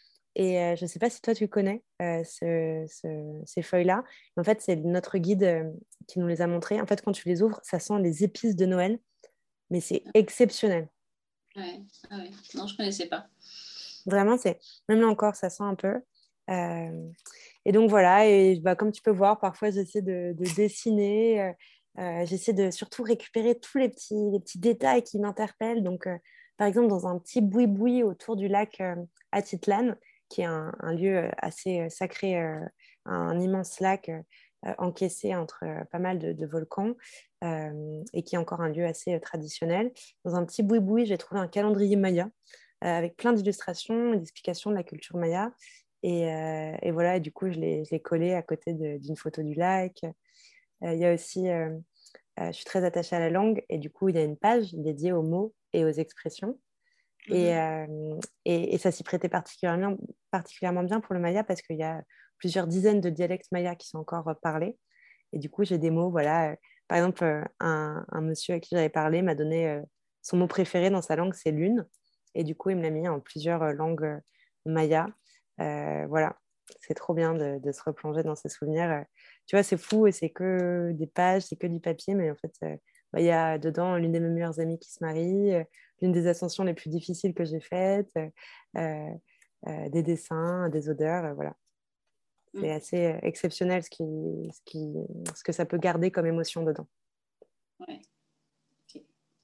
Et euh, je ne sais pas si toi, tu connais euh, ce, ce, ces feuilles-là. En fait, c'est notre guide euh, qui nous les a montrées. En fait, quand tu les ouvres, ça sent les épices de Noël, mais c'est exceptionnel. Ouais. Ah ouais. Non, je ne connaissais pas. Vraiment, c'est même là encore, ça sent un peu. Euh, et donc voilà, et bah, comme tu peux voir, parfois j'essaie de, de dessiner, euh, euh, j'essaie de surtout récupérer tous les petits, les petits détails qui m'interpellent. Donc, euh, par exemple, dans un petit boui-boui autour du lac euh, Atitlan, qui est un, un lieu euh, assez euh, sacré, euh, un immense lac euh, euh, encaissé entre euh, pas mal de, de volcans, euh, et qui est encore un lieu assez euh, traditionnel. Dans un petit boui-boui, j'ai trouvé un calendrier maya euh, avec plein d'illustrations et d'explications de la culture maya. Et, euh, et voilà, et du coup, je l'ai, je l'ai collé à côté de, d'une photo du lac. Euh, il y a aussi, euh, euh, je suis très attachée à la langue, et du coup, il y a une page dédiée aux mots et aux expressions. Et, Mm-hmm. euh, et, et ça s'y prêtait particulièrement, particulièrement bien pour le maya parce qu'il y a plusieurs dizaines de dialectes mayas qui sont encore parlés. Et du coup, j'ai des mots, voilà. Euh, par exemple, euh, un, un monsieur à qui j'avais parlé m'a donné euh, son mot préféré dans sa langue, c'est lune. Et du coup, il me l'a mis en plusieurs euh, langues euh, mayas. Euh, voilà, c'est trop bien de, de se replonger dans ces souvenirs. Euh, tu vois, c'est fou et c'est que des pages, c'est que du papier, mais en fait, euh, bah, il y a dedans l'une de mes meilleures amies qui se marie, euh, l'une des ascensions les plus difficiles que j'ai faites, euh, euh, des dessins, des odeurs, euh, voilà. C'est assez euh, exceptionnel ce, qui, ce, qui, ce que ça peut garder comme émotion dedans. Ouais. Okay.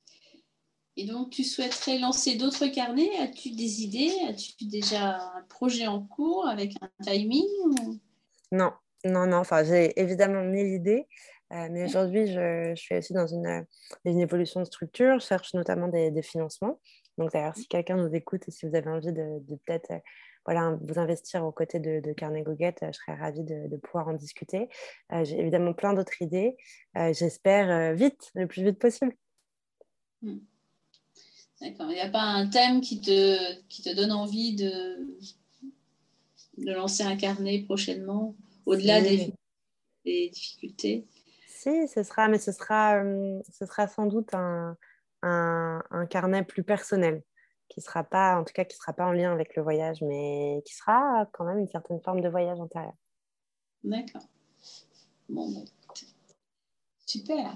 Et donc, tu souhaiterais lancer d'autres carnets? As-tu des idées? As-tu déjà un projet en cours avec un timing ou... Non, non, non. Enfin, j'ai évidemment mille idées, euh, mais aujourd'hui, je, je suis aussi dans une, une évolution de structure. Je cherche notamment des, des financements. Donc, d'ailleurs, si quelqu'un nous écoute et si vous avez envie de, de peut-être euh, voilà, vous investir aux côtés de, de Carnet Goguette, euh, je serais ravie de, de pouvoir en discuter. Euh, j'ai évidemment plein d'autres idées. Euh, j'espère euh, vite, le plus vite possible. Hmm. D'accord. Il n'y a pas un thème qui te, qui te donne envie de, de lancer un carnet prochainement, au-delà Si. des, des difficultés? Si, ce sera, mais ce sera, euh, ce sera sans doute un, un, un carnet plus personnel, qui sera pas, en tout cas, qui sera pas en lien avec le voyage, mais qui sera quand même une certaine forme de voyage intérieur. D'accord. Bon, bon. Super.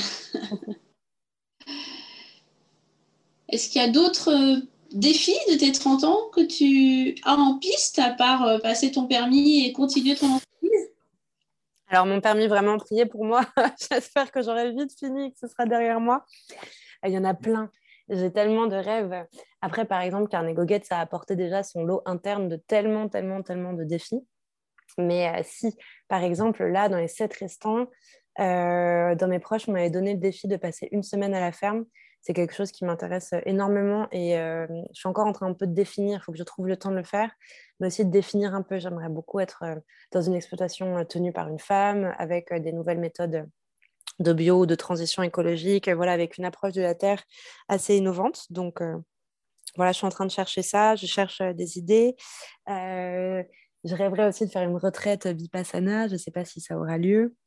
Est-ce qu'il y a d'autres euh, défis de tes trente ans que tu as en piste, à part euh, passer ton permis et continuer ton entreprise? Alors, mon permis, vraiment, prier pour moi. J'espère que j'aurai vite fini et que ce sera derrière moi. Il y en a plein. j'ai tellement de rêves. Après, par exemple, Carnet Goguette, ça a apporté déjà son lot interne de tellement, tellement, tellement de défis. Mais euh, si, par exemple, là, dans les sept restants, euh, dans mes proches, on m'avait donné le défi de passer une semaine à la ferme. C'est quelque chose qui m'intéresse énormément et euh, je suis encore en train un peu de définir. Il faut que je trouve le temps de le faire, mais aussi de définir un peu. J'aimerais beaucoup être euh, dans une exploitation euh, tenue par une femme avec euh, des nouvelles méthodes de bio, de transition écologique, voilà, avec une approche de la terre assez innovante. Donc, euh, voilà, je suis en train de chercher ça. Je cherche euh, des idées. Euh, je rêverais aussi de faire une retraite Vipassana. Je ne sais pas si ça aura lieu.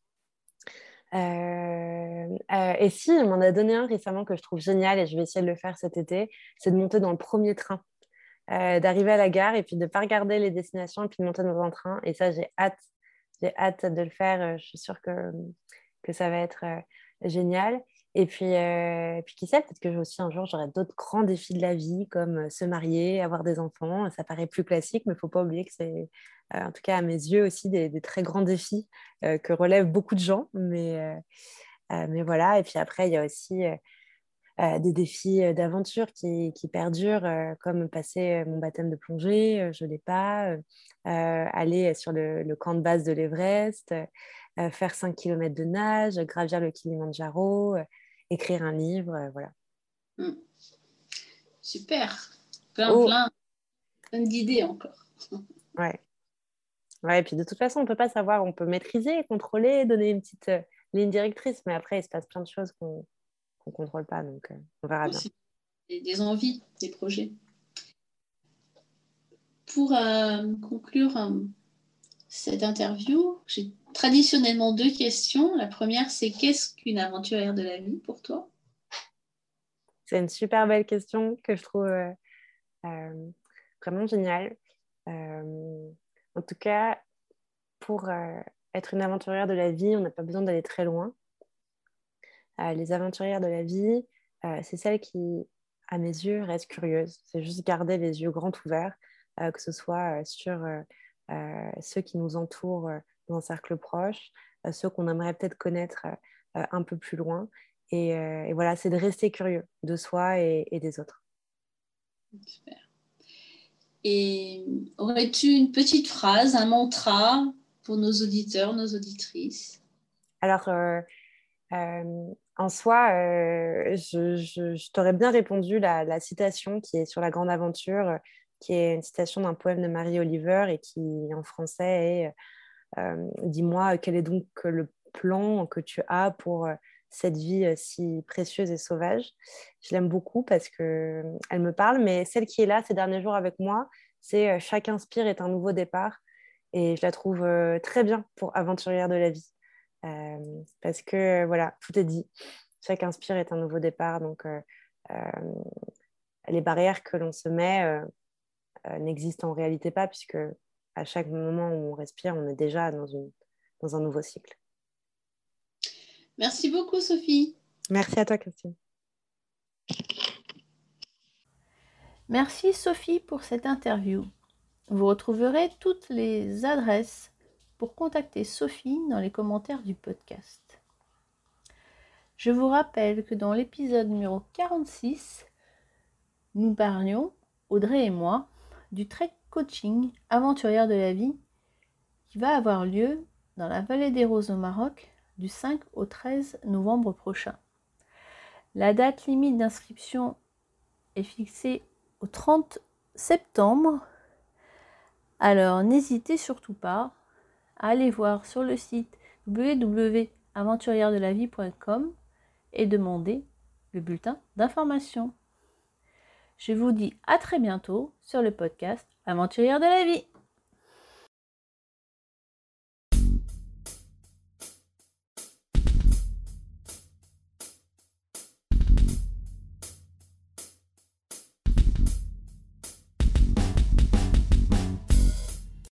Euh, euh, et si, on m'en a donné un récemment que je trouve génial et je vais essayer de le faire cet été, c'est de monter dans le premier train, euh, d'arriver à la gare et puis de ne pas regarder les destinations et puis de monter dans un train. Et ça, j'ai hâte, j'ai hâte de le faire. Je suis sûre que, que ça va être euh, génial. Et puis, euh, puis qui sait, peut-être que aussi un jour, j'aurai d'autres grands défis de la vie, comme euh, se marier, avoir des enfants. Ça paraît plus classique, mais il ne faut pas oublier que c'est, euh, en tout cas à mes yeux aussi, des, des très grands défis euh, que relèvent beaucoup de gens. Mais, euh, euh, mais voilà, et puis après, il y a aussi euh, euh, des défis euh, d'aventure qui, qui perdurent, euh, comme passer euh, mon baptême de plongée, euh, je ne l'ai pas, euh, euh, aller sur le, le camp de base de l'Everest, euh, faire cinq kilomètres de nage, gravir le Kilimandjaro, euh, écrire un livre, euh, voilà. Mm. Super, plein, Oh, plein, plein d'idées encore. ouais. Ouais, et puis de toute façon, on ne peut pas savoir, on peut maîtriser, contrôler, donner une petite euh, ligne directrice, mais après, il se passe plein de choses qu'on ne contrôle pas, donc euh, on verra bien. Aussi, des, des envies, des projets. Pour euh, conclure euh, cette interview, j'ai traditionnellement deux questions. La première, c'est qu'est-ce qu'une aventurière de la vie pour toi? C'est une super belle question que je trouve euh, euh, vraiment géniale. Euh, en tout cas, pour euh, être une aventurière de la vie, on n'a pas besoin d'aller très loin. Euh, les aventurières de la vie, euh, c'est celles qui, à mes yeux, restent curieuses. C'est juste garder les yeux grands ouverts, euh, que ce soit euh, sur euh, euh, ceux qui nous entourent euh, dans un cercle proche, euh, ceux qu'on aimerait peut-être connaître euh, un peu plus loin. Et, euh, et voilà, c'est de rester curieux de soi et, et des autres. Super. Et aurais-tu une petite phrase, un mantra pour nos auditeurs, nos auditrices? Alors, euh, euh, en soi, euh, je, je, je t'aurais bien répondu la, la citation qui est sur la grande aventure, euh, qui est une citation d'un poème de Marie Oliver et qui, en français, est euh, dis-moi quel est donc le plan que tu as pour euh, cette vie euh, si précieuse et sauvage. Je l'aime beaucoup parce que euh, elle me parle, mais celle qui est là ces derniers jours avec moi, c'est euh, chaque inspire est un nouveau départ. Et je la trouve euh, très bien pour aventurière de la vie. Euh, parce que voilà, tout est dit. Chaque inspire est un nouveau départ. Donc, euh, euh, les barrières que l'on se met euh, euh, n'existent en réalité pas, puisque à chaque moment où on respire, on est déjà dans, une, dans un nouveau cycle. Merci beaucoup, Sophie. Merci à toi, Christine. Merci, Sophie, pour cette interview. Vous retrouverez toutes les adresses pour contacter Sophie dans les commentaires du podcast. Je vous rappelle que dans l'épisode numéro quarante-six, nous parlions, Audrey et moi, du trek coaching aventurière de la vie qui va avoir lieu dans la Vallée des Roses au Maroc du cinq au treize novembre prochain. La date limite d'inscription est fixée au trente septembre. Alors n'hésitez surtout pas à aller voir sur le site w w w point aventurière de la vie point com et demander le bulletin d'information. Je vous dis à très bientôt sur le podcast Aventurière de la vie.